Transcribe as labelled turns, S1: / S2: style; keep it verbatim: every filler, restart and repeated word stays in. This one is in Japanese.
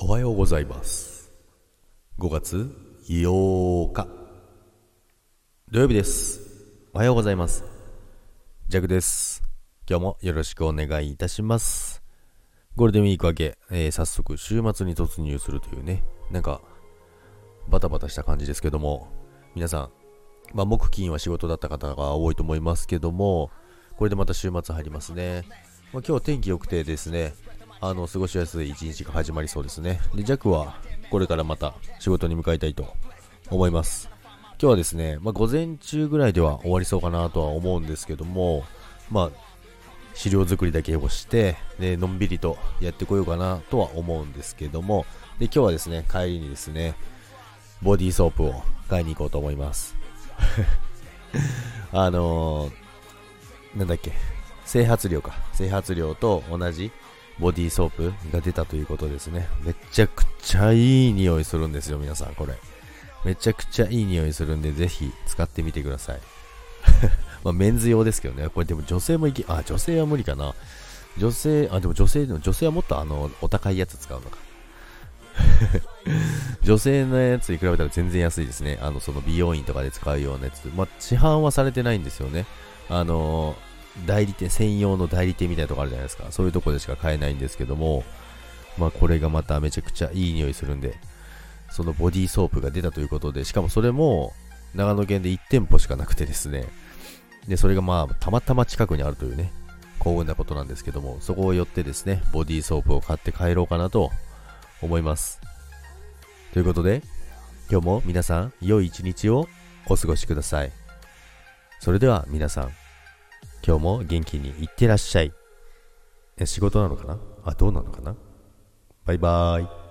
S1: おはようございます。ごがつようか土曜日です。おはようございます。ジャグです。今日もよろしくお願いいたします。ゴールデンウィーク明け、えー、早速週末に突入するというね、なんかバタバタした感じですけども、皆さん、まあ、木金は仕事だった方が多いと思いますけども、これでまた週末入りますね。まあ、今日天気良くてですね、あの過ごしやすい一日が始まりそうですね。で、ジャックはこれからまた仕事に向かいたいと思います。今日はですね、まあ、午前中ぐらいでは終わりそうかなとは思うんですけども、まあ資料作りだけをしてでのんびりとやってこようかなとは思うんですけども、で今日はですね、帰りにですねボディーソープを買いに行こうと思います。あのー、なんだっけ整髪料か整髪料と同じボディーソープが出たということですね。めちゃくちゃいい匂いするんですよ。皆さん、これめちゃくちゃいい匂いするんで、ぜひ使ってみてください。まあメンズ用ですけどね。これでも女性もいけあ女性は無理かな。女性あでも女性でも女性はもっとあのお高いやつ使うのか。女性のやつに比べたら全然安いですね。あのその美容院とかで使うようなやつ、まあ市販はされてないんですよね。あのー代理店専用の代理店みたいなとこあるじゃないですか。そういうとこでしか買えないんですけども、まあこれがまためちゃくちゃいい匂いするんで、そのボディーソープが出たということで、しかもそれも長野県でいち店舗しかなくてですね、でそれがまあたまたま近くにあるというね、幸運なことなんですけども、そこを寄ってですね、ボディーソープを買って帰ろうかなと思います。ということで、今日も皆さん良い一日をお過ごしください。それでは皆さん、今日も元気にいってらっしゃい。え仕事なのかなあ、どうなのかな。バイバーイ。